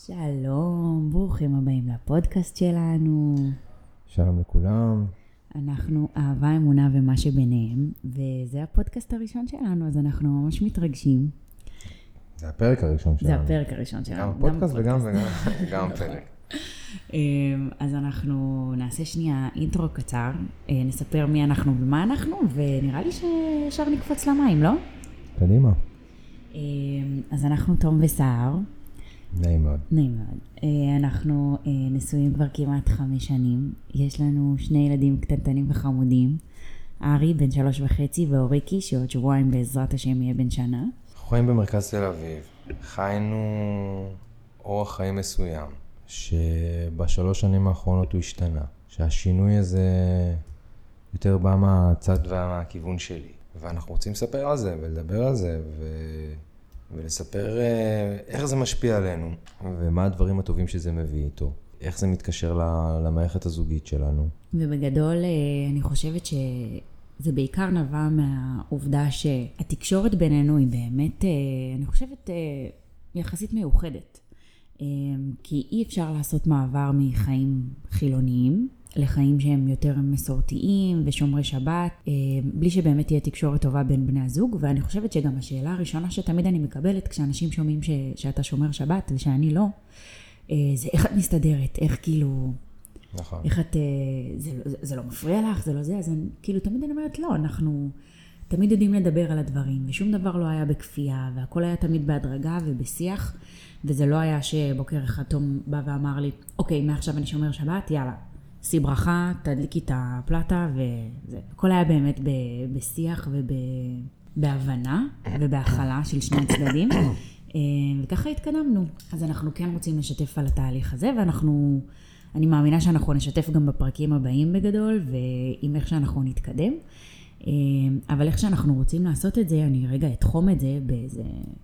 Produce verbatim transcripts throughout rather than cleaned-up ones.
שלום, ברוכים הבאים לפודקאסט שלנו. שלום לכולם. אנחנו אהבה, אמונה ומה שביניהם, וזה הפודקאסט הראשון שלנו, אז אנחנו ממש מתרגשים. זה הפרק הראשון שלנו. זה הפרק הראשון שלנו. גם פודקאסט וגם וגם פרק. אז אנחנו נעשה שנייה אינטרו קצר, נספר מי אנחנו ומה אנחנו, ונראה לי שישר נקפוץ למים, לא? קדימה. אז אנחנו תום וסער. נעים מאוד. נעים מאוד. אנחנו נשואים כבר כמעט חמש שנים. יש לנו שני ילדים קטנטנים וחמודים. ארי בן שלוש וחצי ואוריקי שעוד שבועיים בעזרת השם יהיה בן שנה. אנחנו חיים במרכז תל אביב. חיינו אורח חיים מסוים, שבשלוש שנים האחרונות הוא השתנה. שהשינוי הזה יותר בא מהצד ומהכיוון שלי. ואנחנו רוצים לספר על זה ולדבר על זה ו... ולספר איך זה משפיע עלינו, ומה הדברים הטובים שזה מביא איתו, איך זה מתקשר למערכת הזוגית שלנו. ובגדול אני חושבת שזה בעיקר נבע מהעובדה שהתקשורת בינינו היא באמת, אני חושבת, יחסית מיוחדת. כי אי אפשר לעשות מעבר מחיים חילוניים, לחיים שהם יותר מסורתיים ושומרי שבת, בלי שבאמת תהיה תקשורת טובה בין בני הזוג, ואני חושבת שגם השאלה הראשונה שתמיד אני מקבלת כשאנשים שומעים ש, שאתה שומר שבת ושאני לא, זה איך את מסתדרת, איך כאילו, נכון. איך את, זה, זה, זה לא מפריע לך, זה לא זה, אז אני, כאילו תמיד אני אומרת לא, אנחנו תמיד יודעים לדבר על הדברים, ושום דבר לא היה בכפייה, והכל היה תמיד בהדרגה ובשיח, וזה לא היה שבוקר אחד תום בא ואמר לי, אוקיי, מעכשיו אני שומר שבת, יאללה. שיא ברכה, תדליקי את הפלטה, וזה. הכל היה באמת ב- בשיח ובהבנה ובהכלה של שני הצדדים, וככה התקדמנו. אז אנחנו כן רוצים לשתף על התהליך הזה, ואנחנו, אני מאמינה שאנחנו נשתף גם בפרקים הבאים בגדול, ועם איך שאנחנו נתקדם. אבל איך שאנחנו רוצים לעשות את זה, אני רגע אתחום את זה באיזה,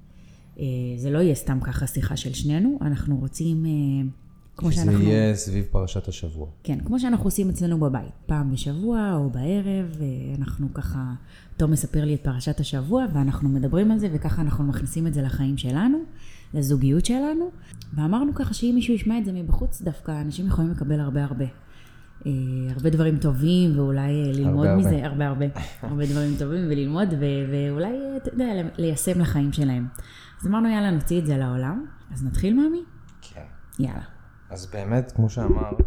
זה לא יהיה סתם ככה שיחה של שנינו, אנחנו רוצים... שזה שאנחנו... יהיה סביב פרשת השבוע. כן, כמו שאנחנו עושים אצלנו בבית. פעם בשבוע או בערב, אנחנו ככה, תום מספר לי את פרשת השבוע, ואנחנו מדברים על זה, וככה אנחנו מכניסים את זה לחיים שלנו, לזוגיות שלנו, ואמרנו ככה שאם מישהו ישמע את זה מבחוץ, דווקא אנשים יכולים לקבל הרבה הרבה. הרבה דברים טובים, ואולי ללמוד הרבה מזה, הרבה. הרבה הרבה, הרבה דברים טובים, וללמוד, ו- ואולי, אתה יודע, ליישם לחיים שלהם. אז אמרנו, יאללה, נוציא את זה לעולם. אז נתחיל, מאמי? כן. יאללה. אז באמת, כמו שאמרת,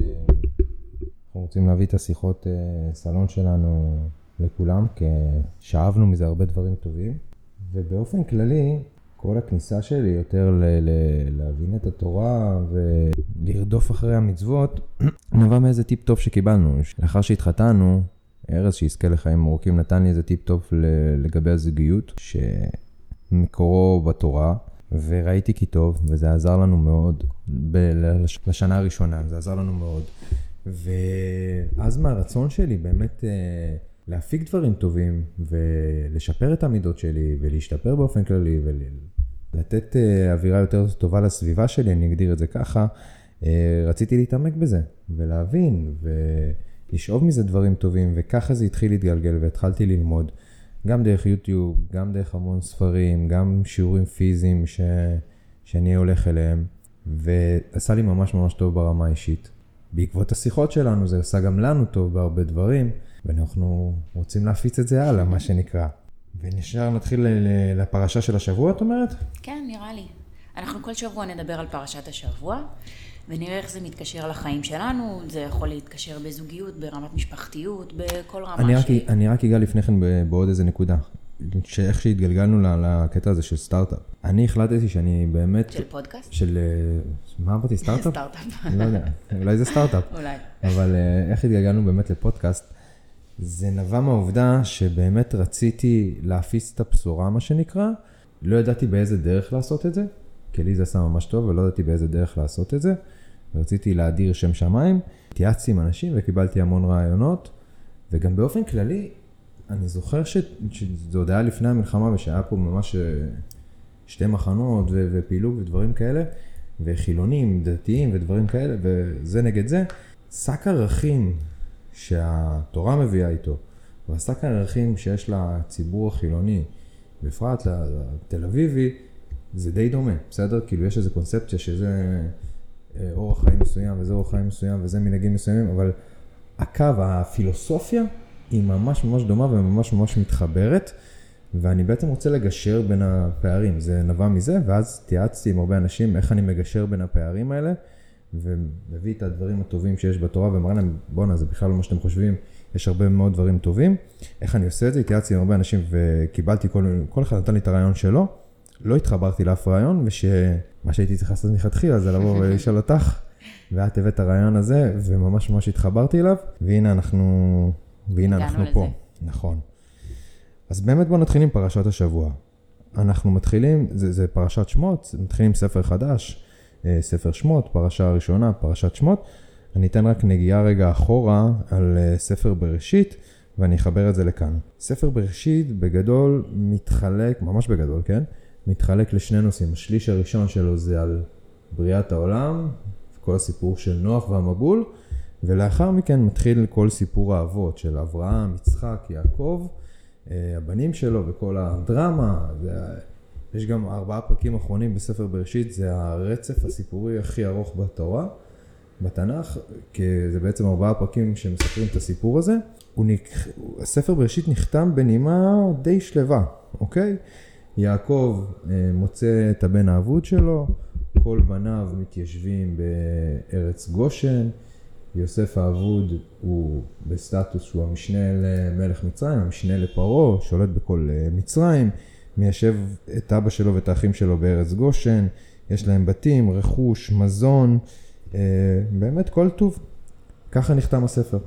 אנחנו רוצים להביא את השיחות סלון שלנו לכולם, כי שאבנו מזה הרבה דברים טובים, ובאופן כללי, כל הכניסה שלי יותר ל- ל- להבין את התורה ולרדוף אחרי המצוות, נבע מאיזה טיפ טוב שקיבלנו. לאחר שהתחתנו, ארז שיזכה לחיים ארוכים נתן לי איזה טיפ טוב לגבי הזוגיות, שמקורו בתורה, וראיתי כי טוב, וזה עזר לנו מאוד, ב- לשנה הראשונה, זה עזר לנו מאוד. ואז מהרצון שלי באמת להפיק דברים טובים, ולשפר את המידות שלי, ולהשתפר באופן כללי, ולתת אווירה יותר טובה לסביבה שלי, אני אגדיר את זה ככה, רציתי להתעמק בזה, ולהבין, ולשאוב מזה דברים טובים, וככה זה התחיל להתגלגל, והתחלתי ללמוד. גם דרך יוטיוב, גם דרך המון ספרים, גם שיעורים פיזיים ש... שאני הולך אליהם, ועשה לי ממש ממש טוב ברמה האישית. בעקבות השיחות שלנו זה עשה גם לנו טוב בהרבה דברים, ואנחנו רוצים להפיץ את זה הלאה, מה שנקרא. ונשאר נתחיל לפרשה של השבוע, את אומרת? כן, נראה לי. אנחנו כל שבוע נדבר על פרשת השבוע, ונראה איך זה מתקשר לחיים שלנו, זה יכול להתקשר בזוגיות, ברמת משפחתיות, בכל רמה אני רק, שהיא. אני רק אגע לפני כן בעוד איזה נקודה, שאיך שהתגלגלנו לקטע הזה של סטארט-אפ. אני החלטתי שאני באמת... של פודקאסט? של... מה אמרתי? סטארט-אפ? סטארט-אפ. לא יודע, אולי זה סטארט-אפ. אולי. אבל איך התגלגלנו באמת לפודקאסט, זה נבע מהעובדה שבאמת רציתי להפיץ את הבשורה, מה שנקרא. לא ידעתי באיזה דרך לעשות את זה, כי לי זה עשה ממש טוב, ולא ידעתי באיזה דרך לעשות את זה. ורציתי להדיר שם שמיים, התייעצתי עם אנשים וקיבלתי המון רעיונות, וגם באופן כללי, אני זוכר ש... שזה עוד היה לפני המלחמה, ושהיה פה ממש שתי מחנות ו... ופעילוג ודברים כאלה, וחילונים, דתיים ודברים כאלה, וזה נגד זה. שק ערכים שהתורה מביאה איתו, והשק הערכים שיש לציבור החילוני, בפרט לתל אביבי, זה די דומה, בסדר? כאילו יש איזו קונספציה שזה אורח חיים מסוים וזה אורח חיים מסוים וזה מנהגים מסוימים, אבל הקו, הפילוסופיה היא ממש ממש דומה וממש ממש מתחברת, ואני בעצם רוצה לגשר בין הפערים, זה נבע מזה, ואז תיעצתי עם הרבה אנשים איך אני מגשר בין הפערים האלה, ומביא את הדברים הטובים שיש בתורה, ומראה להם, בוא'נה, זה בכלל לא מה שאתם חושבים, יש הרבה מאוד דברים טובים. איך אני עושה את זה? התייעצתי עם הרבה אנשים וקיבלתי, כל, כל אחד נתן לי את הרעיון שלו, לא התחברתי לאף רעיון, ושמה שהייתי צריך לעשות מלכתחילה זה לבוא ולשאול אותך, ואת הבאת את הרעיון הזה, וממש ממש התחברתי אליו, והנה אנחנו, והנה אנחנו פה. נכון. אז באמת בואו נתחיל עם פרשת השבוע. אנחנו מתחילים, זה, זה פרשת שמות, מתחילים ספר חדש, ספר שמות, פרשה הראשונה, פרשת שמות. אני אתן רק נגיעה רגע אחורה על ספר בראשית, ואני אחבר את זה לכאן. ספר בראשית בגדול מתחלק, ממש בגדול, כן? מתחלק לשני נושאים. השליש הראשון שלו זה על בריאת העולם, כל הסיפור של נוח והמבול, ולאחר מכן מתחיל כל סיפור האבות של אברהם, יצחק, יעקב, הבנים שלו וכל הדרמה. זה, יש גם ארבעה פרקים אחרונים בספר בראשית, זה הרצף הסיפורי הכי ארוך בתורה, בתנ"ך, כי זה בעצם ארבעה פרקים שמספרים את הסיפור הזה. הוא נכ... הספר בראשית נחתם בנימה די שלווה, אוקיי? יעקב מוצא את הבן האבוד שלו, כל בניו מתיישבים בארץ גושן, יוסף האבוד הוא בסטטוס שהוא המשנה למלך מצרים, המשנה לפרעה, שולט בכל מצרים, מיישב את אבא שלו ואת האחים שלו בארץ גושן, יש להם בתים, רכוש, מזון, באמת כל טוב. ככה נחתם הספר.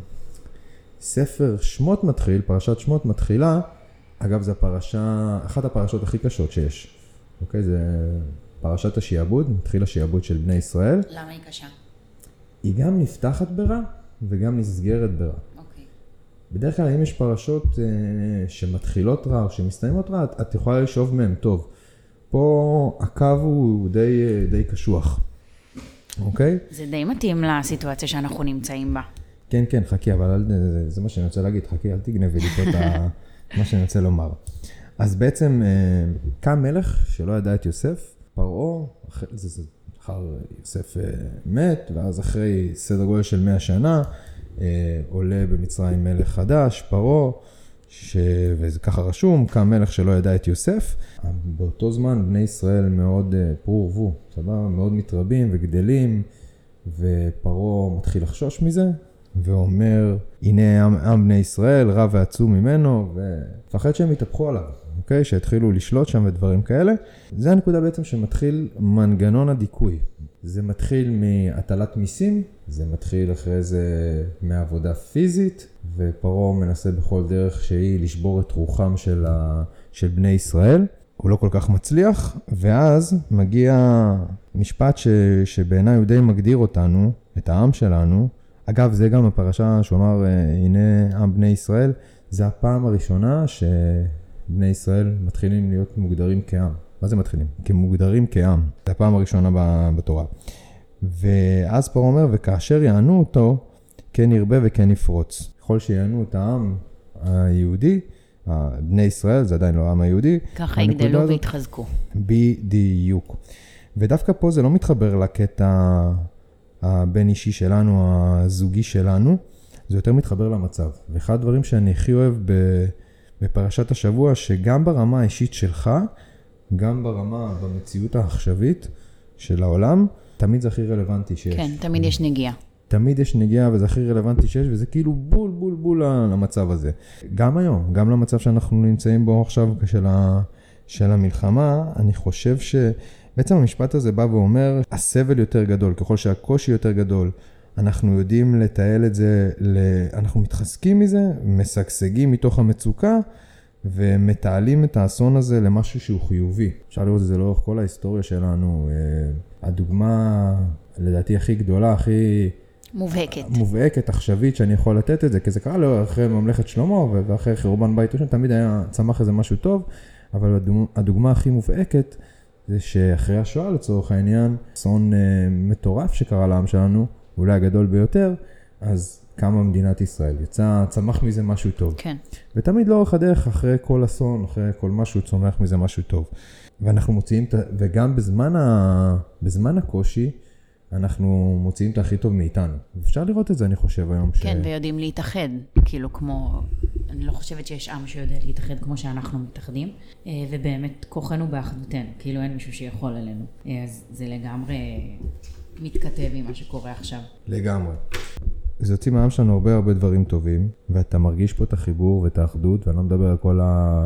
ספר שמות מתחיל, פרשת שמות מתחילה, אגב זו הפרשה, אחת הפרשות הכי קשות שיש. אוקיי, זה פרשת השיעבוד, מתחיל השיעבוד של בני ישראל. למה היא קשה? היא גם נפתחת ברע וגם נסגרת ברע. אוקיי. בדרך כלל אם יש פרשות אה, שמתחילות רע או שמסתיימות רע, את, את יכולה לשאוב מהם טוב. פה הקו הוא די, די קשוח. אוקיי? זה די מתאים לסיטואציה שאנחנו נמצאים בה. כן, כן, חכי, אבל אל, זה, זה מה שאני רוצה להגיד, חכי, אל תגנבי לי פה את מה שאני רוצה לומר. אז בעצם קם מלך שלא ידע את יוסף, פרעה, זה, זה, אחר יוסף מת, ואז אחרי סדר גודל של מאה שנה, עולה במצרים מלך חדש, פרעה, ש... וזה ככה רשום, קם מלך שלא ידע את יוסף. באותו זמן בני ישראל מאוד פרו ורבו, סבבה, מאוד מתרבים וגדלים, ופרעה מתחיל לחשוש מזה, ואומר, הנה עם, עם בני ישראל, רב ועצום ממנו, ופחד שהם יתהפכו עליו, אוקיי? שהתחילו לשלוט שם ודברים כאלה. זה הנקודה בעצם שמתחיל מנגנון הדיכוי. זה מתחיל מהטלת מיסים, זה מתחיל אחרי זה מעבודה פיזית, ופרעה מנסה בכל דרך שהיא לשבור את רוחם של, ה... של בני ישראל. הוא לא כל כך מצליח, ואז מגיע משפט ש... שבעיניי הוא די מגדיר אותנו, את העם שלנו. אגב, זה גם הפרשה שהוא אמר, הנה עם בני ישראל, זה הפעם הראשונה שבני ישראל מתחילים להיות מוגדרים כעם. מה זה מתחילים? כמוגדרים כעם. זה הפעם הראשונה בתורה. ואז פרעה אומר, וכאשר יענו אותו, כן ירבה וכן יפרוץ. ככל שיענו את העם היהודי, בני ישראל, זה עדיין לא העם היהודי. ככה יגדלו והתחזקו. בדיוק. ודווקא פה זה לא מתחבר לקטע הבין אישי שלנו, הזוגי שלנו, זה יותר מתחבר למצב. ואחד הדברים שאני הכי אוהב בפרשת השבוע, שגם ברמה האישית שלך, גם ברמה, במציאות העכשווית של העולם, תמיד זה הכי רלוונטי שיש. כן, תמיד יש נגיעה. תמיד יש נגיעה וזה הכי רלוונטי שיש, וזה כאילו בול בול בול למצב הזה. גם היום, גם למצב שאנחנו נמצאים בו עכשיו של, ה, של המלחמה, אני חושב שבעצם המשפט הזה בא ואומר, הסבל יותר גדול, ככל שהקושי יותר גדול, אנחנו יודעים לתעל את זה, אנחנו מתחזקים מזה, משגשגים מתוך המצוקה, ומתעלים את האסון הזה למשהו שהוא חיובי. אפשר לראות את זה לאורך כל ההיסטוריה שלנו. הדוגמה, לדעתי, הכי גדולה, הכי מובהקת. מובהקת, עכשווית, שאני יכול לתת את זה, כי זה קרה לו אחרי ממלכת שלמה, ואחרי חורבן בית ראשון, תמיד היה צמח איזה משהו טוב, אבל הדוגמה הכי מובהקת, זה שאחרי השואה לצורך העניין, אסון מטורף שקרה לעם שלנו, אולי הגדול ביותר, אז קמה מדינת ישראל, יצא, צמח מזה משהו טוב. כן. ותמיד לאורך הדרך, אחרי כל אסון, אחרי כל משהו, צומח מזה משהו טוב. ואנחנו מוציאים, וגם בזמן, ה, בזמן הקושי, אנחנו מוציאים את הכי טוב מאיתנו. אפשר לראות את זה, אני חושב, היום. כן, ש... ויודעים להתאחד, כאילו כמו, אני לא חושבת שיש עם שיודע להתאחד כמו שאנחנו מתאחדים, ובאמת כוחנו באחדותנו, כאילו אין מישהו שיכול עלינו. אז זה לגמרי מתכתב עם מה שקורה עכשיו. לגמרי. זה יוצאים מהעם שלנו הרבה הרבה דברים טובים, ואתה מרגיש פה את החיבור ואת האחדות, ואני לא מדבר על כל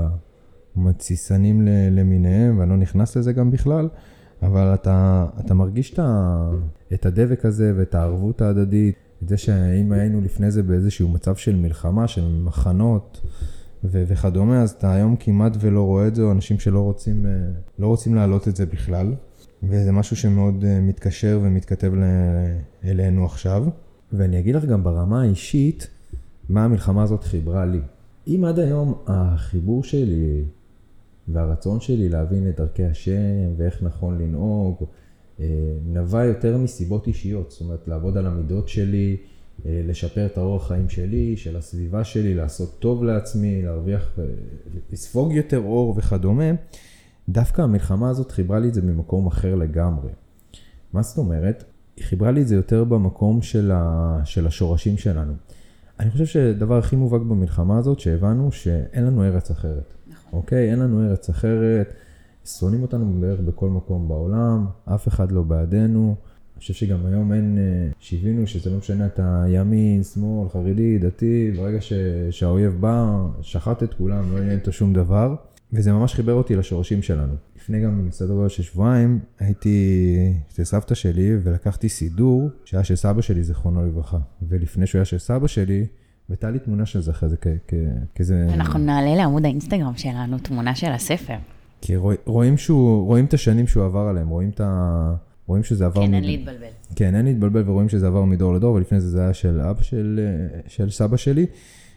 המציסנים למיניהם, ואני לא נכנס לזה גם בכלל, אבל אתה, אתה מרגיש את הדבק הזה ואת הערבות ההדדית, את זה שאם היינו לפני זה באיזשהו מצב של מלחמה, של מחנות ו- וכדומה, אז אתה היום כמעט ולא רואה את זה, או אנשים שלא רוצים, לא רוצים להעלות את זה בכלל, וזה משהו שמאוד מתקשר ומתכתב אלינו עכשיו. ואני אגיד לך גם ברמה האישית, מה המלחמה הזאת חיברה לי. אם עד היום החיבור שלי והרצון שלי להבין את דרכי השם ואיך נכון לנהוג, נבע יותר מסיבות אישיות, זאת אומרת לעבוד על המידות שלי, לשפר את האורח חיים שלי, של הסביבה שלי, לעשות טוב לעצמי, להרוויח, לספוג יותר אור וכדומה, דווקא המלחמה הזאת חיברה לי את זה ממקום אחר לגמרי. מה זאת אומרת? היא חיברה לי את זה יותר במקום של, ה... של השורשים שלנו. אני חושב שהדבר הכי מובהק במלחמה הזאת, שהבנו שאין לנו ארץ אחרת. נכון. אוקיי? אין לנו ארץ אחרת, שונאים אותנו בערך בכל מקום בעולם, אף אחד לא בעדנו. אני חושב שגם היום אין, שיבינו שזה לא משנה את הימין, שמאל, חרדי, דתי, ברגע ש... שהאויב בא, שחט את כולם, לא עניין אותו שום דבר. וזה ממש חיבר אותי לשורשים שלנו. לפני גם סדר גודל של שבועיים, הייתי אצל סבתא שלי ולקחתי סידור שהיה של סבא שלי, זכרונו לברכה. ולפני שהוא היה של סבא שלי, והייתה לי תמונה של זה אחרי זה כזה... אנחנו נעלה לעמוד האינסטגרם שלנו, תמונה של הספר. כי רואים שהוא, רואים את השנים שהוא עבר עליהם, רואים את ה... רואים שזה עבר... כן, אין להתבלבל. כן, אין להתבלבל, ורואים שזה עבר מדור לדור, ולפני זה זה היה של אבא של, של סבא שלי.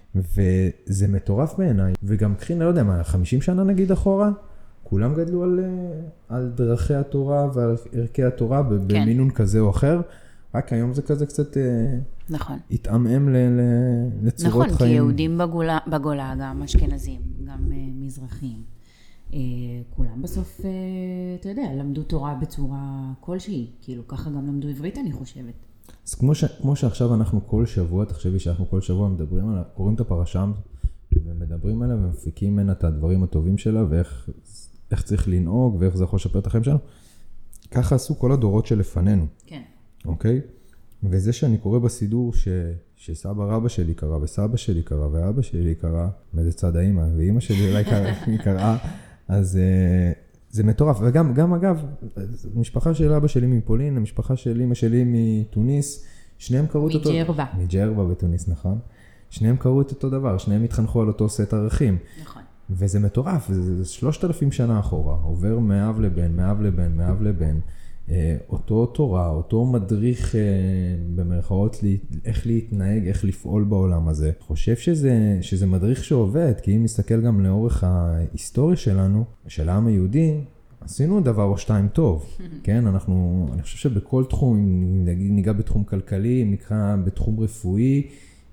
וזה מטורף בעיניי, וגם קחי, לא יודע מה, חמישים שנה נגיד אחורה, כולם גדלו על, על דרכי התורה ועל ערכי התורה כן. במינון כזה או אחר, רק היום זה כזה קצת נכון. התאמם ל, ל, לצורות נכון, חיים. נכון, כי יהודים בגולה, בגולה, גם אשכנזים, גם מזרחים, כולם בסוף, אתה יודע, למדו תורה בצורה כלשהי, כאילו ככה גם למדו עברית אני חושבת. אז כמו, ש, כמו שעכשיו אנחנו כל שבוע, תחשבי שאנחנו כל שבוע מדברים עליה, קוראים את הפרשה ומדברים עליה ומפיקים ממנה את הדברים הטובים שלה ואיך איך צריך לנהוג ואיך זה יכול לשפר את החיים שלנו. ככה עשו כל הדורות שלפנינו. כן. אוקיי? וזה שאני קורא בסידור ש, שסבא רבא שלי קרא וסבא שלי קרא ואבא שלי קרא, מאיזה צד האמא, ואמא שלי אולי קראה, אז... זה מטורף, וגם, גם אגב, המשפחה של אבא שלי מפולין, המשפחה של אמא שלי מתוניס, שניהם קראו את אותו... מג'רבה. מג'רבה בתוניס, נכון. שניהם קראו את אותו דבר, שניהם התחנכו על אותו סט ערכים. נכון. וזה מטורף, זה שלושת אלפים שנה אחורה, עובר מאב לבן, מאב לבן, מאב לבן, אותו תורה, אותו מדריך במרכאות איך להתנהג, איך לפעול בעולם הזה. חושב שזה, שזה מדריך שעובד, כי אם נסתכל גם לאורך ההיסטוריה שלנו, של העם היהודי, עשינו דבר או שתיים טוב, כן? אנחנו, אני חושב שבכל תחום, אם ניגע בתחום כלכלי, אם נקרא בתחום רפואי,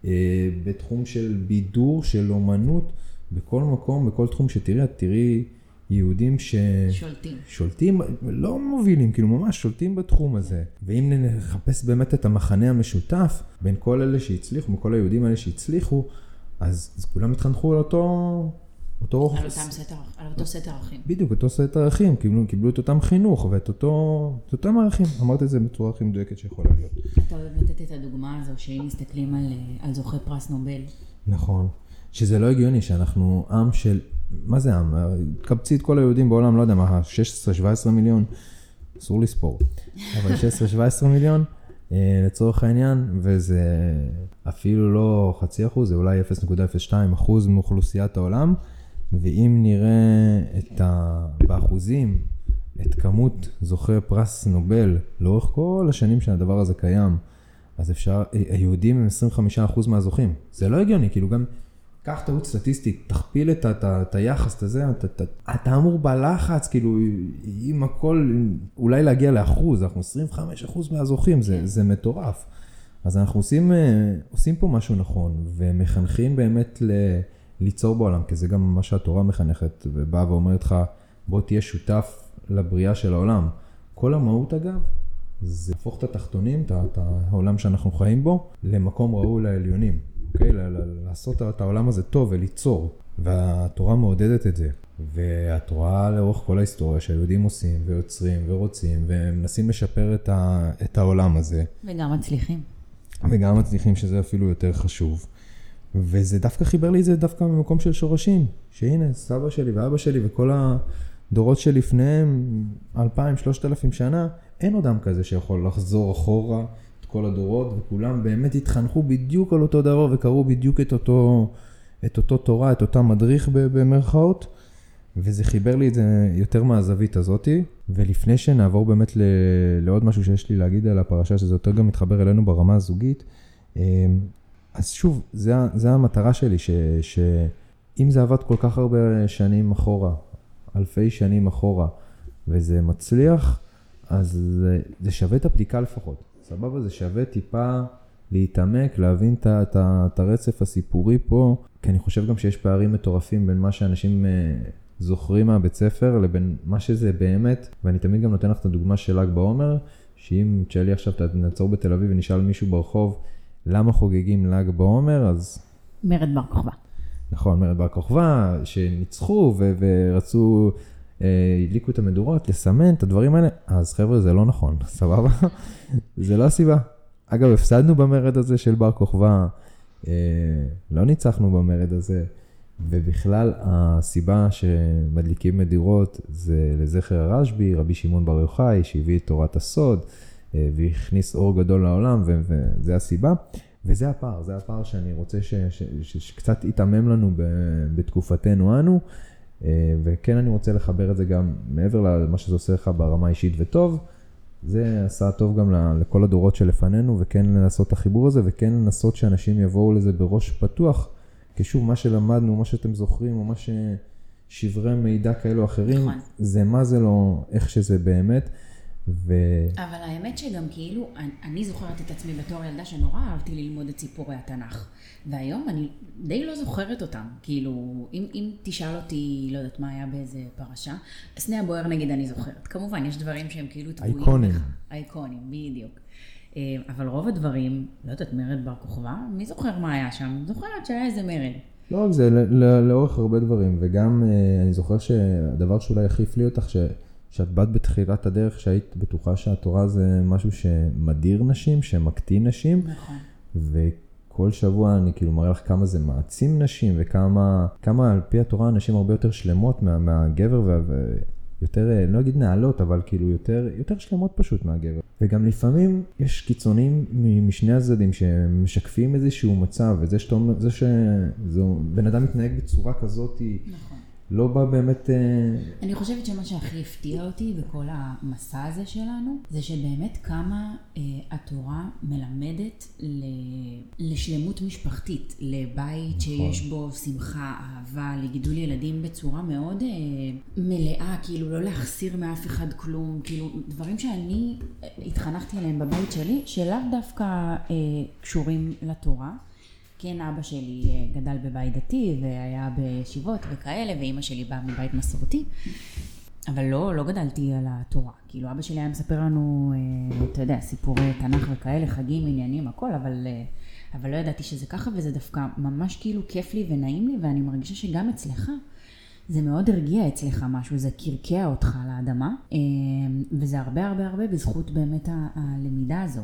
בתחום של בידור, של אומנות, בכל מקום, בכל תחום שתראי, תראי יהודים ש... שולטים. שולטים, לא מובילים, כאילו ממש שולטים בתחום הזה. ואם נחפש באמת את המחנה המשותף, בין כל אלה שהצליחו, מכל היהודים האלה שהצליחו, אז, אז כולם התחנכו על אותו... אותו... על, סט, על אותו סט ערכים. בדיוק, אותו סט ערכים, קיבלו, קיבלו את אותם חינוך ואת אותו, את אותם ערכים. אמרת את זה בצורה הכי מדויקת שיכולה להיות. אתה אוהב לתת את הדוגמה הזו, שאם מסתכלים על, על זוכי פרס נובל. נכון. שזה לא הגיוני שאנחנו עם של... מה זה עם? קבצי את כל היהודים בעולם, לא יודע מה, שש עשרה שבע עשרה מיליון, אסור לספור, אבל שש עשרה שבע עשרה מיליון לצורך העניין, וזה אפילו לא חצי אחוז, זה אולי אפס נקודה אפס שתיים אחוז מאוכלוסיית העולם, ואם נראה את ה... באחוזים, את כמות זוכי פרס נובל, לאורך כל השנים שהדבר הזה קיים, אז אפשר, היהודים הם עשרים וחמישה אחוז מהזוכים. זה לא הגיוני, כאילו גם... קח טעות סטטיסטית, תכפיל את, את, את היחס הזה, אתה, אתה, אתה אמור בלחץ, כאילו, אם הכל, אולי להגיע לאחוז, אנחנו עשרים וחמישה אחוז מהזוכים, זה, זה מטורף. אז אנחנו עושים, עושים פה משהו נכון, ומחנכים באמת ל, ליצור בעולם, כי זה גם מה שהתורה מחנכת, ובאה ואומרת לך, בוא תהיה שותף לבריאה של העולם. כל המהות אגב, זה להפוך את התחתונים, את העולם שאנחנו חיים בו, למקום ראוי לעליונים. אוקיי? לעשות את העולם הזה טוב וליצור. והתורה מעודדת את זה. והתורה לאורך כל ההיסטוריה שהיהודים עושים ויוצרים ורוצים, ומנסים לשפר את, ה, את העולם הזה. וגם מצליחים. וגם מצליחים שזה אפילו יותר חשוב. וזה דווקא חיבר לי את זה דווקא ממקום של שורשים. שהנה, סבא שלי ואבא שלי וכל הדורות שלפניהם, אלפיים, שלושת אלפים שנה, אין אדם כזה שיכול לחזור אחורה את כל הדורות, וכולם באמת התחנכו בדיוק על אותו דבר, וקראו בדיוק את אותו, את אותו תורה, את אותה מדריך במרכאות, וזה חיבר לי את זה יותר מהזווית הזאת. ולפני שנעבור באמת לעוד משהו שיש לי להגיד על הפרשה, שזה יותר גם מתחבר אלינו ברמה הזוגית, אז שוב, זה, זה המטרה שלי, ש, שאם זה עבד כל כך הרבה שנים אחורה, אלפי שנים אחורה, וזה מצליח, אז זה, זה שווה את הבדיקה לפחות. סבבה, זה שווה טיפה להתעמק, להבין את, את, את הרצף הסיפורי פה, כי אני חושב גם שיש פערים מטורפים בין מה שאנשים זוכרים מהבית ספר, לבין מה שזה באמת, ואני תמיד גם נותן לך את הדוגמה של ל"ג בעומר, שאם תשאלי עכשיו, נעצור בתל אביב ונשאל מישהו ברחוב, למה חוגגים ל"ג בעומר, אז... מרד בר כוכבא. נכון, מרד בר כוכבא, שניצחו ו- ורצו, אה, הדליקו את המדורות, לסמן את הדברים האלה, אז חבר'ה, זה לא נכון, סבבה? זה לא הסיבה. אגב, הפסדנו במרד הזה של בר כוכבא, אה, לא ניצחנו במרד הזה, ובכלל הסיבה שמדליקים מדירות זה לזכר הרשב"י, רבי שמעון בר יוחאי, שהביא את תורת הסוד, והכניס אור גדול לעולם, וזה הסיבה. וזה הפער, זה הפער שאני רוצה ש, ש, ש, שקצת יתעמם לנו ב, בתקופתנו אנו, וכן אני רוצה לחבר את זה גם מעבר למה שזה עושה לך ברמה אישית וטוב, זה עשה טוב גם לכל הדורות שלפנינו, וכן לנסות את החיבור הזה, וכן לנסות שאנשים יבואו לזה בראש פתוח, כשוב מה שלמדנו, מה שאתם זוכרים, או מה ששברי מידע כאלו או אחרים, נכון. זה מה זה לא, איך שזה באמת, ו... אבל האמת שגם כאילו, אני, אני זוכרת את עצמי בתור ילדה שנורא אהבתי ללמוד את סיפורי התנ"ך. והיום אני די לא זוכרת אותם. כאילו, אם, אם תשאל אותי, לא יודעת מה היה באיזה פרשה, הסנה הבוער נגיד אני זוכרת. כמובן, יש דברים שהם כאילו טבועים. אייקונים. אייקונים, בדיוק. אבל רוב הדברים, לא יודעת, מרד בר כוכבא, מי זוכר מה היה שם? זוכרת שהיה איזה מרד. לא רק זה, לאורך הרבה דברים. וגם אני זוכר שהדבר שאולי הכי הפליא אותך, ש... שאת באת בתחילת הדרך שהיית בטוחה שהתורה זה משהו שמדיר נשים, שמקטין נשים. נכון. וכל שבוע אני כאילו מראה לך כמה זה מעצים נשים, וכמה כמה על פי התורה הנשים הרבה יותר שלמות מה, מהגבר, ויותר, לא אגיד נעלות, אבל כאילו יותר, יותר שלמות פשוט מהגבר. וגם לפעמים יש קיצונים משני הצדדים שמשקפים איזשהו מצב, וזה שאתה אומר, זה שבן אדם מתנהג בצורה כזאת, נכון. לא בא באמת... אני חושבת שמה שהכי הפתיע אותי בכל המסע הזה שלנו, זה שבאמת כמה אה, התורה מלמדת ל... לשלמות משפחתית, לבית שיש בו שמחה, אהבה, לגידול ילדים בצורה מאוד אה, מלאה, כאילו לא להחסיר מאף אחד כלום, כאילו דברים שאני התחנכתי עליהם בבית שלי, שלאו דווקא אה, קשורים לתורה. כן, אבא שלי גדל בבית דתי והיה בישיבות וכאלה, ואמא שלי באה מבית מסורתי, אבל לא, לא גדלתי על התורה. כאילו, אבא שלי היה מספר לנו, אתה יודע, סיפורי תנ"ך וכאלה, חגים, עניינים, הכל, אבל, אבל לא ידעתי שזה ככה, וזה דווקא ממש כאילו כיף לי ונעים לי, ואני מרגישה שגם אצלך, זה מאוד הרגיע אצלך משהו, זה קרקע אותך לאדמה, וזה הרבה הרבה הרבה בזכות באמת הלמידה הזו,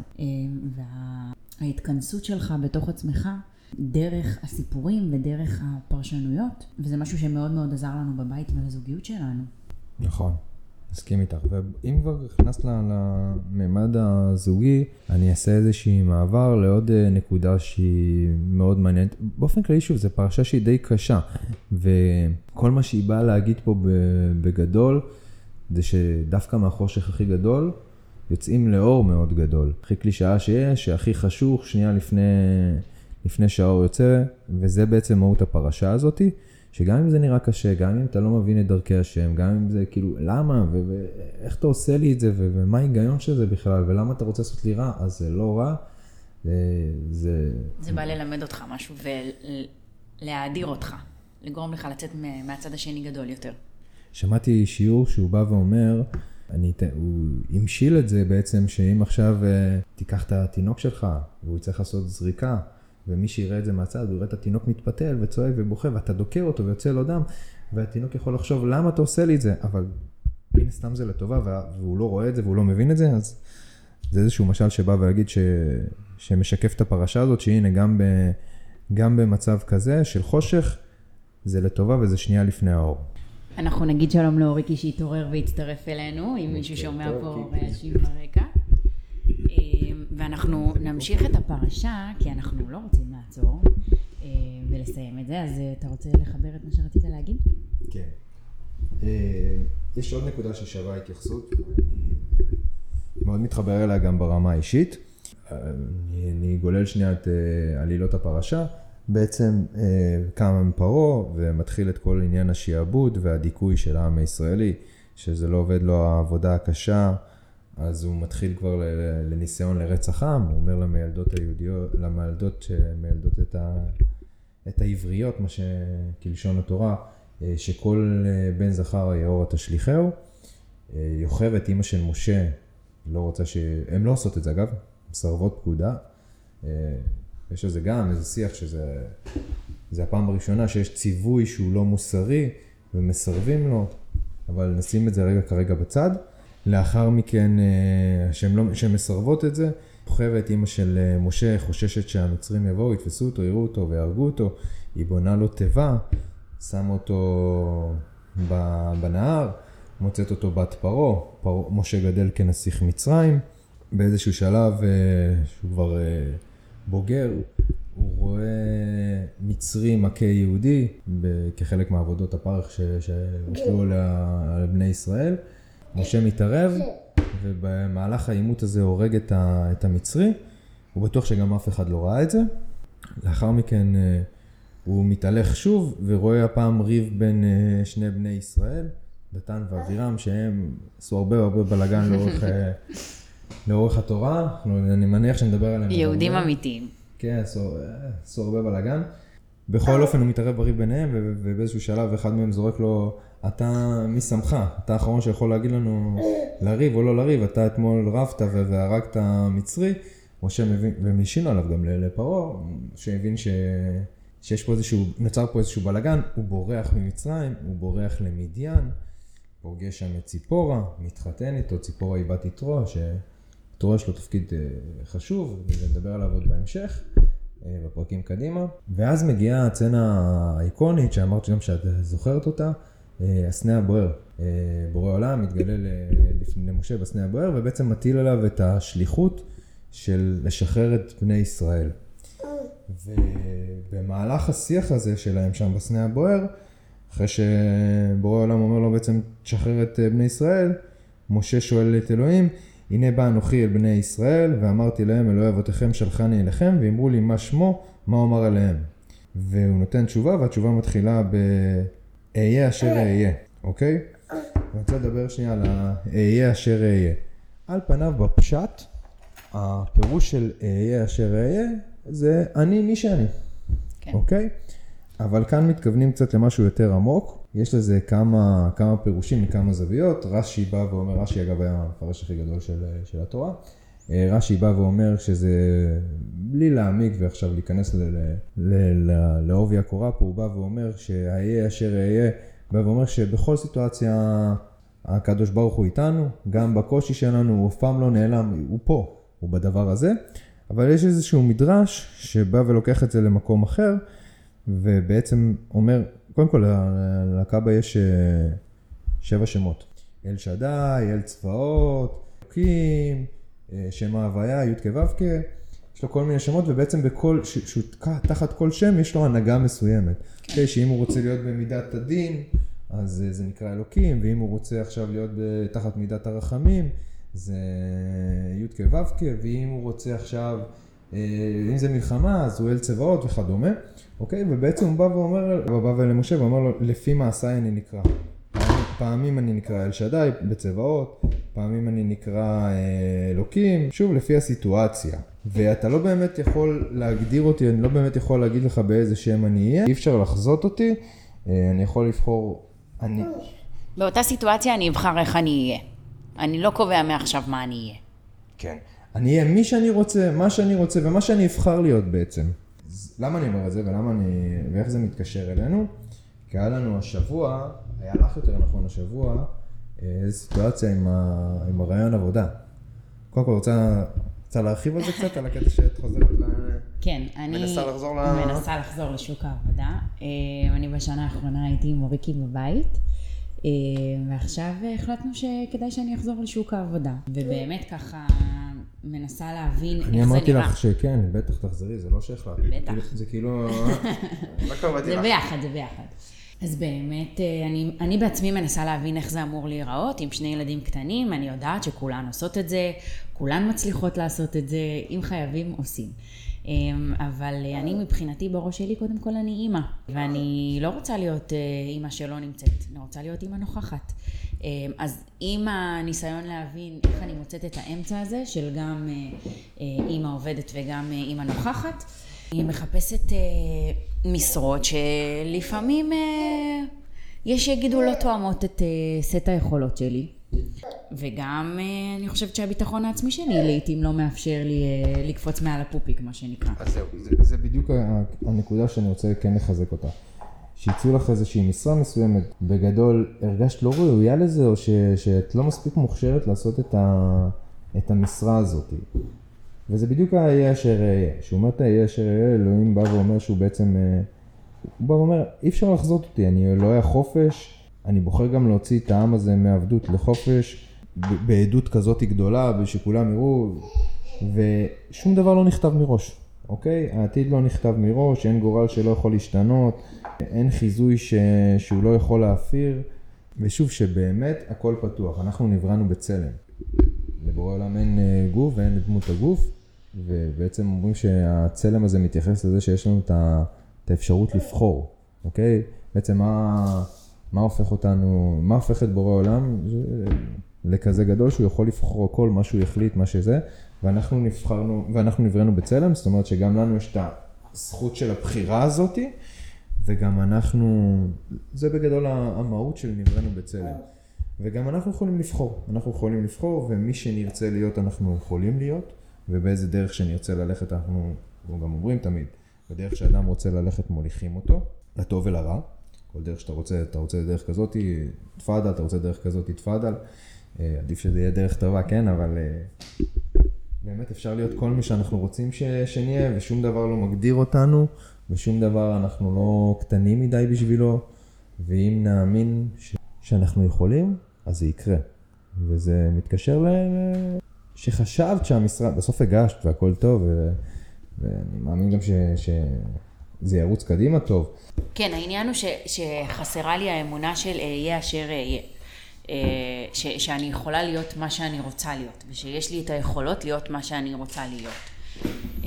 וההתכנסות שלך בתוך עצמך, דרך הסיפורים ודרך הפרשנויות, וזה משהו שמאוד מאוד עזר לנו בבית ולזוגיות שלנו. נכון, מסכים איתך. ואם כבר נכנס לממד הזוגי, אני אעשה איזושהי מעבר לעוד נקודה שהיא מאוד מעניינת. באופן כללי שוב, זו פרשה שהיא די קשה, וכל מה שהיא באה להגיד פה בגדול, זה שדווקא מהחושך הכי גדול, יוצאים לאור מאוד גדול. הכי קלישאה שיש, שהכי חשוך, שנייה לפני... לפני שהאור יוצא, וזה בעצם מהות הפרשה הזאת, שגם אם זה נראה קשה, גם אם אתה לא מבין את דרכי השם, גם אם זה כאילו, למה, ואיך אתה עושה לי את זה, ומה ההיגיון של זה בכלל, ולמה אתה רוצה לעשות לי רע, אז זה לא רע, זה... זה בא ללמד אותך משהו ולהאדיר אותך, לגרום לך לצאת מהצד השני גדול יותר. שמעתי שיעור שהוא בא ואומר, אני, הוא המשיל את זה בעצם, שאם עכשיו תיקח את התינוק שלך, והוא יצטרך לעשות זריקה, ומי שיראה את זה מהצד, הוא יראה את התינוק מתפתל וצועק ובוכה, ואתה דוקר אותו ויוצא לו דם, והתינוק יכול לחשוב, למה אתה עושה לי את זה? אבל הנה סתם זה לטובה, והוא לא רואה את זה והוא לא מבין את זה, אז זה איזשהו משל שבא ולהגיד ש... שמשקף את הפרשה הזאת, שהנה גם, ב... גם במצב כזה של חושך, זה לטובה וזה שנייה לפני האור. אנחנו נגיד שלום לאוריקי שהתעורר והצטרף אלינו, אם מישהו שומע פה רעשים ברקע. ואנחנו נמשיך את הפרשה, כי אנחנו לא רוצים לעצור ולסיים את זה, אז אתה רוצה לחבר את מה שרצית להגיד? כן. יש עוד נקודה ששווה התייחסות, מאוד מתחבר אליה גם ברמה האישית. אני גולל שנייה את עלילות הפרשה. בעצם קם פרעה ומתחיל את כל עניין השיעבוד והדיכוי של העם הישראלי, שזה לא עובד לו העבודה הקשה, אז הוא מתחיל כבר לניסיון לרצח עם, הוא אומר למילדות היהודיות, למילדות שמילדות את, ה, את העבריות, מה שכלשון התורה, שכל בן זכר יאורה תשליחהו. יוכבד, אמא של משה, לא רוצה ש... הם לא עושות את זה אגב, מסרבות פקודה. יש לזה גם איזה שיח שזה זה הפעם הראשונה שיש ציווי שהוא לא מוסרי ומסרבים לו, אבל נשים את זה רגע כרגע בצד. לאחר מכן, שהן לא, שהן מסרבות את זה, יוכבד, אמא של משה, חוששת שהמצרים יבואו, יתפסו אותו, יראו אותו ויהרגו אותו, היא בונה לו תיבה, שמה אותו בנהר, מוצאת אותו בת פרעה, פרעה, משה גדל כנסיך מצרים, באיזשהו שלב שהוא כבר בוגר, הוא רואה מצרי מכה יהודי, כחלק מעבודות הפרך שהושלו על בני ישראל. משה מתערב, ובמהלך העימות הזה הורג את המצרי, הוא בטוח שגם אף אחד לא ראה את זה. לאחר מכן הוא מתהלך שוב, ורואה הפעם ריב בין שני בני ישראל, דתן ואבירם, שהם עשו הרבה הרבה בלגן לאורך, לאורך התורה. אני מניח שנדבר עליהם. יהודים אמיתיים. כן, עשו, עשו הרבה בלגן. בכל אופן הוא מתערב בריב ביניהם, ובאיזשהו שלב אחד מהם זורק לו, אתה, מי שמך? אתה האחרון שיכול להגיד לנו לריב או לא לריב, אתה אתמול רבת והרגת מצרי. משה מבין, ומשין עליו גם לפרעה, שהבין ש... שיש פה איזשהו, נוצר פה איזשהו בלגן, הוא בורח ממצרים, הוא בורח למדיין, פוגש שם את ציפורה, מתחתן איתו, ציפורה היא בת יתרו, שיתרו יש לו תפקיד חשוב, ונדבר עליו עוד בהמשך, בפרקים קדימה. ואז מגיעה הצצנה האיקונית, שאמרת גם שאת זוכרת אותה, הסנה הבוער. בורא עולם מתגלה למשה בסנה הבוער, ובעצם מטיל עליו את השליחות של לשחרר את בני ישראל. ובמהלך השיח הזה שלהם שם בסנה הבוער, אחרי שבורא עולם אומר לו בעצם תשחרר את בני ישראל, משה שואל את אלוהים, הנה בא אנוכי אל בני ישראל, ואמרתי להם אלוהי אבותיכם שלחני אליכם, ואמרו לי מה שמו, מה אומר עליהם. והוא נותן תשובה, והתשובה מתחילה באהיה אשר אהיה, אוקיי? אני רוצה לדבר שנייה על האהיה אשר אהיה. על פניו בפשט, הפירוש של אהיה אשר אהיה, זה אני מי שאני, כן. אוקיי? אבל כאן מתכוונים קצת למשהו יותר עמוק, יש לזה כמה, כמה פירושים מכמה זוויות. רש"י בא ואומר, רש"י אגב היה המפרש הכי גדול של, של התורה, רש"י בא ואומר שזה, בלי להעמיק ועכשיו להיכנס ל, ל, ל, לעובי הקורה פה, הוא בא ואומר שהאהיה אשר אהיה, בא ואומר שבכל סיטואציה הקדוש ברוך הוא איתנו, גם בקושי שלנו, הוא אף פעם לא נעלם, הוא פה, הוא בדבר הזה. אבל יש איזשהו מדרש שבא ולוקח את זה למקום אחר, ובעצם אומר, קודם כל, לקאבה יש שבע שמות. אל שדי, אל צבאות, אלוקים, שם ההוויה, י' כו' כ', יש לו כל מיני שמות, ובעצם בכל, ש, ש, תחת כל שם יש לו הנהגה מסוימת. כן. שאם הוא רוצה להיות במידת הדין, אז זה נקרא אלוקים, ואם הוא רוצה עכשיו להיות תחת מידת הרחמים, זה י' כו' כ', ואם הוא רוצה עכשיו, אם זה מלחמה, אז הוא אל צבאות וכדומה, אוקיי? ובעצם הוא בא ואומר, הוא בא למשה ואומר לו, לפי מעשיי אני נקרא. פעמים אני נקרא אל שדי בצבאות, פעמים אני נקרא אלוקים, שוב לפי הסיטואציה. ואתה לא באמת יכול להגדיר אותי, אני לא באמת יכול להגיד לך באיזה שם אני אהיה, אי אפשר לחזות אותי, אני יכול לבחור, אני... באותה סיטואציה אני אבחר איך אני אהיה. אני לא קובע מעכשיו מה אני אהיה. כן. אני אהיה מי שאני רוצה, מה שאני רוצה, ומה שאני אבחר להיות בעצם. למה אני אומר את זה, ולמה אני... ואיך זה מתקשר אלינו? כי היה לנו השבוע, היה לך יותר נכון השבוע, איזו סיטואציה עם, ה... עם הרעיון עבודה. קודם כל, רוצה... רוצה להרחיב על זה קצת, על הקטע שאת חוזרת ל... כן, אני מנסה לחזור ל... מנסה לחזור לשוק העבודה. אני בשנה האחרונה הייתי עם מוריקי בבית, ועכשיו החלטנו שכדאי שאני אחזור לשוק העבודה. ובאמת ככה מנסה להבין איך זה נראה. אני אמרתי לך שכן, בטח תחזרי, זה לא שהחלטת. בטח. זה כאילו... זה ביחד, זה ביחד. אז באמת, אני, אני בעצמי מנסה להבין איך זה אמור להיראות עם שני ילדים קטנים. אני יודעת שכולן עושות את זה, כולן מצליחות לעשות את זה, אם חייבים עושים. אבל אני מבחינתי בראש שלי, קודם כל אני אימא, ואני לא רוצה להיות אימא שלא נמצאת, אני רוצה להיות אימא נוכחת. אז עם הניסיון להבין איך אני מוצאת את האמצע הזה, של גם אימא עובדת וגם אימא נוכחת, אני מחפשת משרות שלפעמים יש שיגידו לא תואמות את סט היכולות שלי. וגם אני חושבת שהביטחון העצמי שלי לעתים לא מאפשר לי לקפוץ מעל הפופיק, מה שנקרא. אז זהו, זה, זה בדיוק הנקודה שאני רוצה כן לחזק אותה. שיצאו לך איזושהי משרה מסוימת, בגדול הרגשת לא ראויה לזה, או ש, שאת לא מספיק מוכשרת לעשות את, ה, את המשרה הזאת. וזה בדיוק היה אשר יהיה. שהוא אומר את היה אשר יהיה, אלוהים בא ואומר שהוא בעצם, הוא בא ואומר, אי אפשר לחזות אותי, אני לא היה חופש, אני בוחר גם להוציא את העם הזה מעבדות לחופש, בעדות כזאת גדולה, שכולם יראו, ושום דבר לא נכתב מראש, אוקיי? העתיד לא נכתב מראש, אין גורל שלא יכול להשתנות, אין חיזוי ש... שהוא לא יכול להפיר, ושוב שבאמת הכל פתוח, אנחנו נבראנו בצלם. לבורא עולם אין גוף ואין את דמות הגוף, ובעצם אומרים שהצלם הזה מתייחס לזה שיש לנו את האפשרות לבחור, אוקיי? בעצם מה... מה הופך אותנו, מה הופך את בורא עולם לכזה גדול שהוא יכול לבחור כל מה שהוא יחליט, מה שזה, ואנחנו נבחרנו, ואנחנו נבראנו בצלם, זאת אומרת שגם לנו יש את הזכות של הבחירה הזאת, וגם אנחנו, זה בגדול המהות של נבראנו בצלם. וגם אנחנו יכולים לבחור, אנחנו יכולים לבחור, ומי שנרצה להיות אנחנו יכולים להיות, ובאיזה דרך שנרצה ללכת אנחנו, אנחנו גם אומרים תמיד, בדרך שאדם רוצה ללכת מוליכים אותו, לטוב ולרע. כל דרך שאתה רוצה, אתה רוצה דרך כזאת, תפאדל, אתה רוצה דרך כזאת, תפאדל. עדיף שזה יהיה דרך טובה, כן, אבל באמת אפשר להיות כל מי שאנחנו רוצים ש... שנהיה, ושום דבר לא מגדיר אותנו, ושום דבר אנחנו לא קטנים מדי בשבילו, ואם נאמין ש... שאנחנו יכולים, אז זה יקרה. וזה מתקשר ל... שחשבת שהמשרד, בסוף הגשת והכל טוב, ו... ואני מאמין גם ש... ש... זה ירוץ קדימה טוב. כן, העניין הוא ש, שחסרה לי האמונה של יהיה אשר יהיה. ש, שאני יכולה להיות מה שאני רוצה להיות, ושיש לי את היכולות להיות מה שאני רוצה להיות.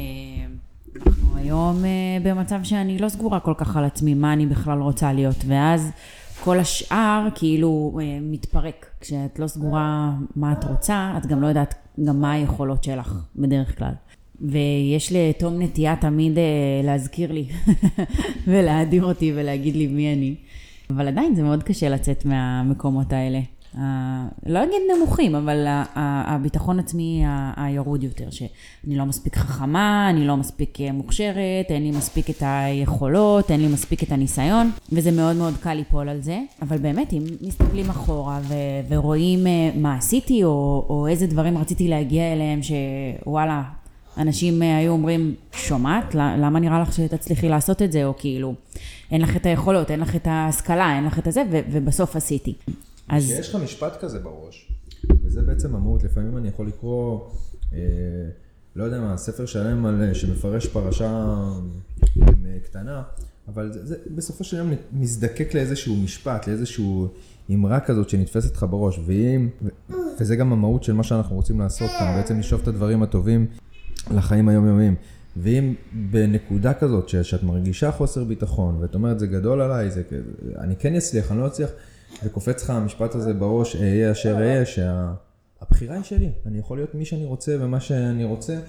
אנחנו היום במצב שאני לא סגורה כל כך על עצמי מה אני בכלל רוצה להיות, ואז כל השאר כאילו מתפרק. כשאת לא סגורה מה את רוצה, את גם לא יודעת גם מה היכולות שלך בדרך כלל. ויש לתום נטייה תמיד להזכיר לי ולהדיר אותי ולהגיד לי מי אני. אבל עדיין זה מאוד קשה לצאת מהמקומות האלה. לא אגיד נמוכים, אבל הביטחון עצמי הירוד יותר, שאני לא מספיק חכמה, אני לא מספיק מוכשרת, אין לי מספיק את היכולות, אין לי מספיק את הניסיון, וזה מאוד מאוד קל ליפול על זה. אבל באמת, אם מסתכלים אחורה ורואים מה עשיתי, או, או איזה דברים רציתי להגיע אליהם, שוואלה, אנשים היו אומרים, שומעת? למה נראה לך שתצליחי לעשות את זה? או כאילו, אין לך את היכולות, אין לך את ההשכלה, אין לך את הזה, ו- ובסוף עשיתי. אז... שיש לך משפט כזה בראש, וזה בעצם המהות. לפעמים אני יכול לקרוא, אה, לא יודע מה, ספר שלם על, שמפרש פרשה קטנה, אבל זה, זה בסופו של יום מזדקק לאיזשהו משפט, לאיזשהו אמרה כזאת שנתפסת לך בראש, ואם, ו- וזה גם המהות של מה שאנחנו רוצים לעשות כאן, בעצם לשאוף את הדברים הטובים לחיים היומיומיים. ואם בנקודה כזאת שאת מרגישה חוסר ביטחון, ואת אומרת זה גדול עליי, זה, אני כן אצליח, אני לא אצליח, וקופץ לך המשפט הזה בראש, אהיה אשר אהיה, שהבחירה היא שלי, אני יכול להיות מי שאני רוצה ומה שאני רוצה,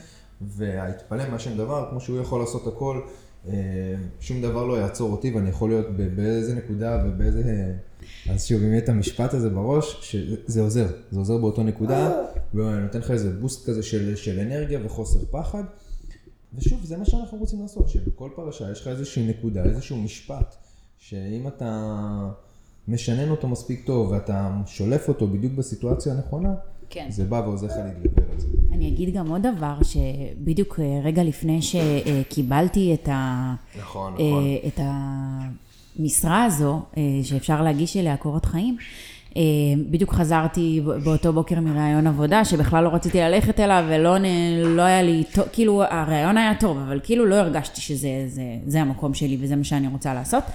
וההתפלם מהשם דבר, כמו שהוא יכול לעשות הכל, שום דבר לא יעצור אותי, ואני יכול להיות באיזה נקודה ובאיזה... אז שוב, אם יהיה את המשפט הזה בראש, שזה עוזר, זה עוזר באותו נקודה, ונותן לך איזה בוסט כזה של, של אנרגיה וחוסר פחד. ושוב, זה מה שאנחנו רוצים לעשות, שבכל פרשה יש לך איזושהי נקודה, איזשהו משפט, שאם אתה משנן אותו מספיק טוב, ואתה שולף אותו בדיוק בסיטואציה הנכונה, כן. זה בא ועוזר לך להתגבר על זה. אני אגיד גם עוד דבר, שבדיוק רגע לפני שקיבלתי את ה... נכון, נכון. את המשרה הזו, שאפשר להגיש אליה קורות חיים, בדיוק חזרתי באותו בוקר מראיון עבודה, שבכלל לא רציתי ללכת אליו, ולא לא היה לי, כאילו הראיון היה טוב, אבל כאילו לא הרגשתי שזה זה, זה המקום שלי, וזה מה שאני רוצה לעשות.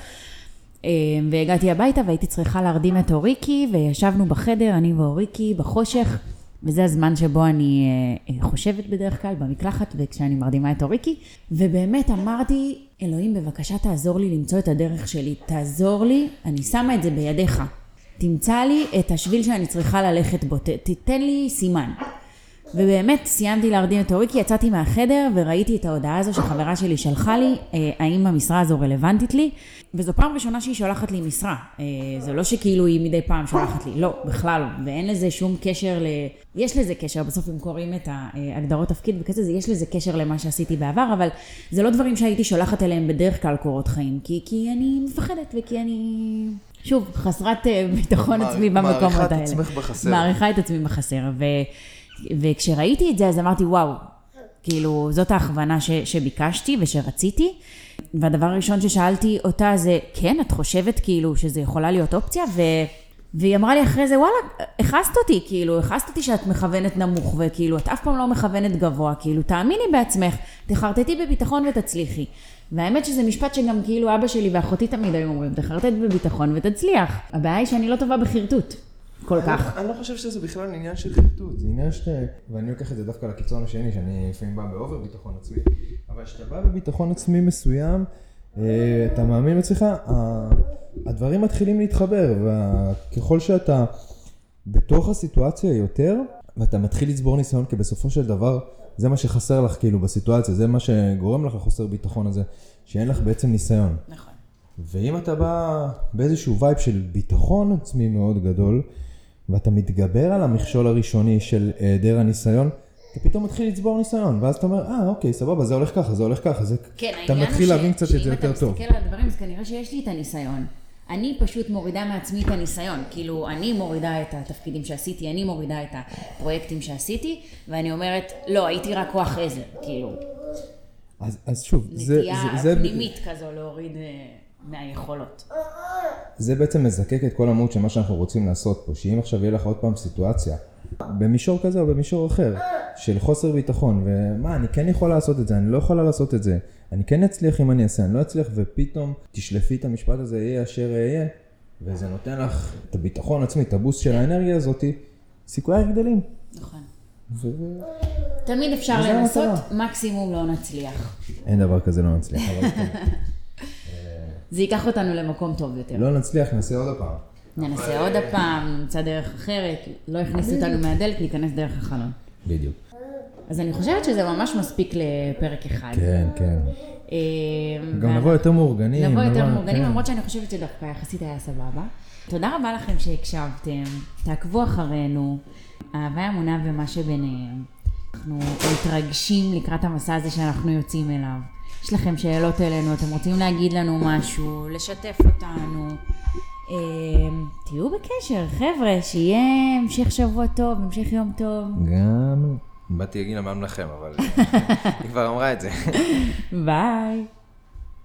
והגעתי הביתה והייתי צריכה להרדים את אוריקי, וישבנו בחדר, אני ואוריקי, בחושך, וזה הזמן שבו אני חושבת בדרך כלל במקלחת, וכשאני מרדימה את אוריקי, ובאמת אמרתי, אלוהים בבקשה תעזור לי למצוא את הדרך שלי, תעזור לי, אני שמה את זה בידיך, תמצא לי את השביל שאני צריכה ללכת בו, ת, תתן לי סימן. ובאמת סיימתי להרדים את אוריקי, יצאתי מהחדר וראיתי את ההודעה הזו שחברה שלי שלחה לי, אה, האם המשרה הזו רלוונטית לי, וזו פעם ראשונה שהיא שולחת לי משרה, אה, זה לא שכאילו היא מדי פעם שולחת לי, לא, בכלל לא, ואין לזה שום קשר, ל... יש לזה קשר, בסוף אם קוראים את ההגדרות תפקיד וכזה, יש לזה קשר למה שעשיתי בעבר, אבל זה לא דברים שהייתי שולחת אליהם בדרך כלל קורות חיים, כי, כי אני מפחדת וכי אני... שוב, חסרת ביטחון עצמי במקומות האלה. מעריכה את עצמך בחסר. מעריכה את עצמי בחסר, ו... וכשראיתי את זה, אז אמרתי, וואו, כאילו, זאת ההכוונה ש, שביקשתי ושרציתי. והדבר הראשון ששאלתי אותה זה, כן, את חושבת כאילו שזה יכולה להיות אופציה? ו, והיא אמרה לי אחרי זה, וואלה, הכסת אותי, כאילו, הכסת אותי שאת מכוונת נמוך, וכאילו, את אף פעם לא מכוונת גבוה, כאילו, תאמיני בעצמך, תחרטטי בביטחון ותצליחי. והאמת שזה משפט שגם כאילו אבא שלי ואחותי תמיד היו אומרים, תחרטט בביטחון ותצליח. הבעיה היא שאני לא טובה בחרטוט. כל כך. אני לא חושב שזה בכלל עניין של חרטוט, זה עניין שאתה, ואני לוקח את זה דווקא לקיצון השני, שאני לפעמים בא באובר ביטחון עצמי, אבל כשאתה בא בביטחון עצמי מסוים, אתה מאמין אצלך, הדברים מתחילים להתחבר, וככל שאתה בתוך הסיטואציה יותר, ואתה מתחיל לצבור ניסיון, כי בסופו של דבר, זה מה שחסר לך כאילו בסיטואציה, זה מה שגורם לך חוסר ביטחון הזה, שאין לך בעצם ניסיון. נכון. ואם אתה בא באיזשהו וייב של ביטחון עצמי מאוד גדול, ואתה מתגבר על המכשול הראשוני של היעדר הניסיון, אתה פתאום מתחיל לצבור ניסיון, ואז אתה אומר, אה, אוקיי, סבבה, זה הולך ככה, זה הולך ככה, זה... כן, אתה מתחיל להבין קצת את זה יותר טוב. שאם אתה מסתכל על הדברים, אז כנראה שיש לי את הניסיון. אני פשוט מורידה מעצמי את הניסיון, כאילו, אני מורידה את התפקידים שעשיתי, אני מורידה את הפרויקטים שעשיתי, ואני אומרת, לא, הייתי רק כוח עזר, כאילו. אז, אז שוב, זה... נטייה זה, פנימית זה... כזו להוריד מהיכולות. זה בעצם מזקק את כל המהות של מה שאנחנו רוצים לעשות פה, שאם עכשיו יהיה לך עוד פעם סיטואציה, במישור כזה או במישור אחר, של חוסר ביטחון, ומה, אני כן יכולה לעשות את זה, אני לא יכולה לעשות את זה, אני כן אצליח אם אני אעשה, אני לא אצליח, ופתאום תשלפי את המשפט הזה, יהיה אשר יהיה, וזה נותן לך את הביטחון עצמי, את הבוסט של האנרגיה הזאת, סיכויי גדלים. נכון. ו... תמיד אפשר לנסות, מקסימום לא נצליח. אין דבר כזה לא נצליח, אבל כן. זה ייקח אותנו למקום טוב יותר. לא נצליח, נעשה עוד הפעם. ננסה עוד הפעם, נמצא דרך אחרת, לא יכניסו אותנו מהדלת, ניכנס דרך החלון. בדיוק. אז אני חושבת שזה ממש מספיק לפרק אחד. כן, כן. גם נבוא יותר מאורגנים. נבוא יותר מאורגנים, למרות שאני חושבת שדווקא יחסית היה סבבה. תודה רבה לכם שהקשבתם, תעקבו אחרינו, אהבה אמונה ומה שביניהם. אנחנו מתרגשים לקראת המסע הזה שאנחנו יוצאים אליו. יש לכם שאלות אלינו, אתם רוצים להגיד לנו משהו, לשתף אותנו. תהיו בקשר, חבר'ה, שיהיה המשך שבוע טוב, המשך יום טוב. גם... באתי להגיד למען לכם, אבל היא כבר אמרה את זה. ביי.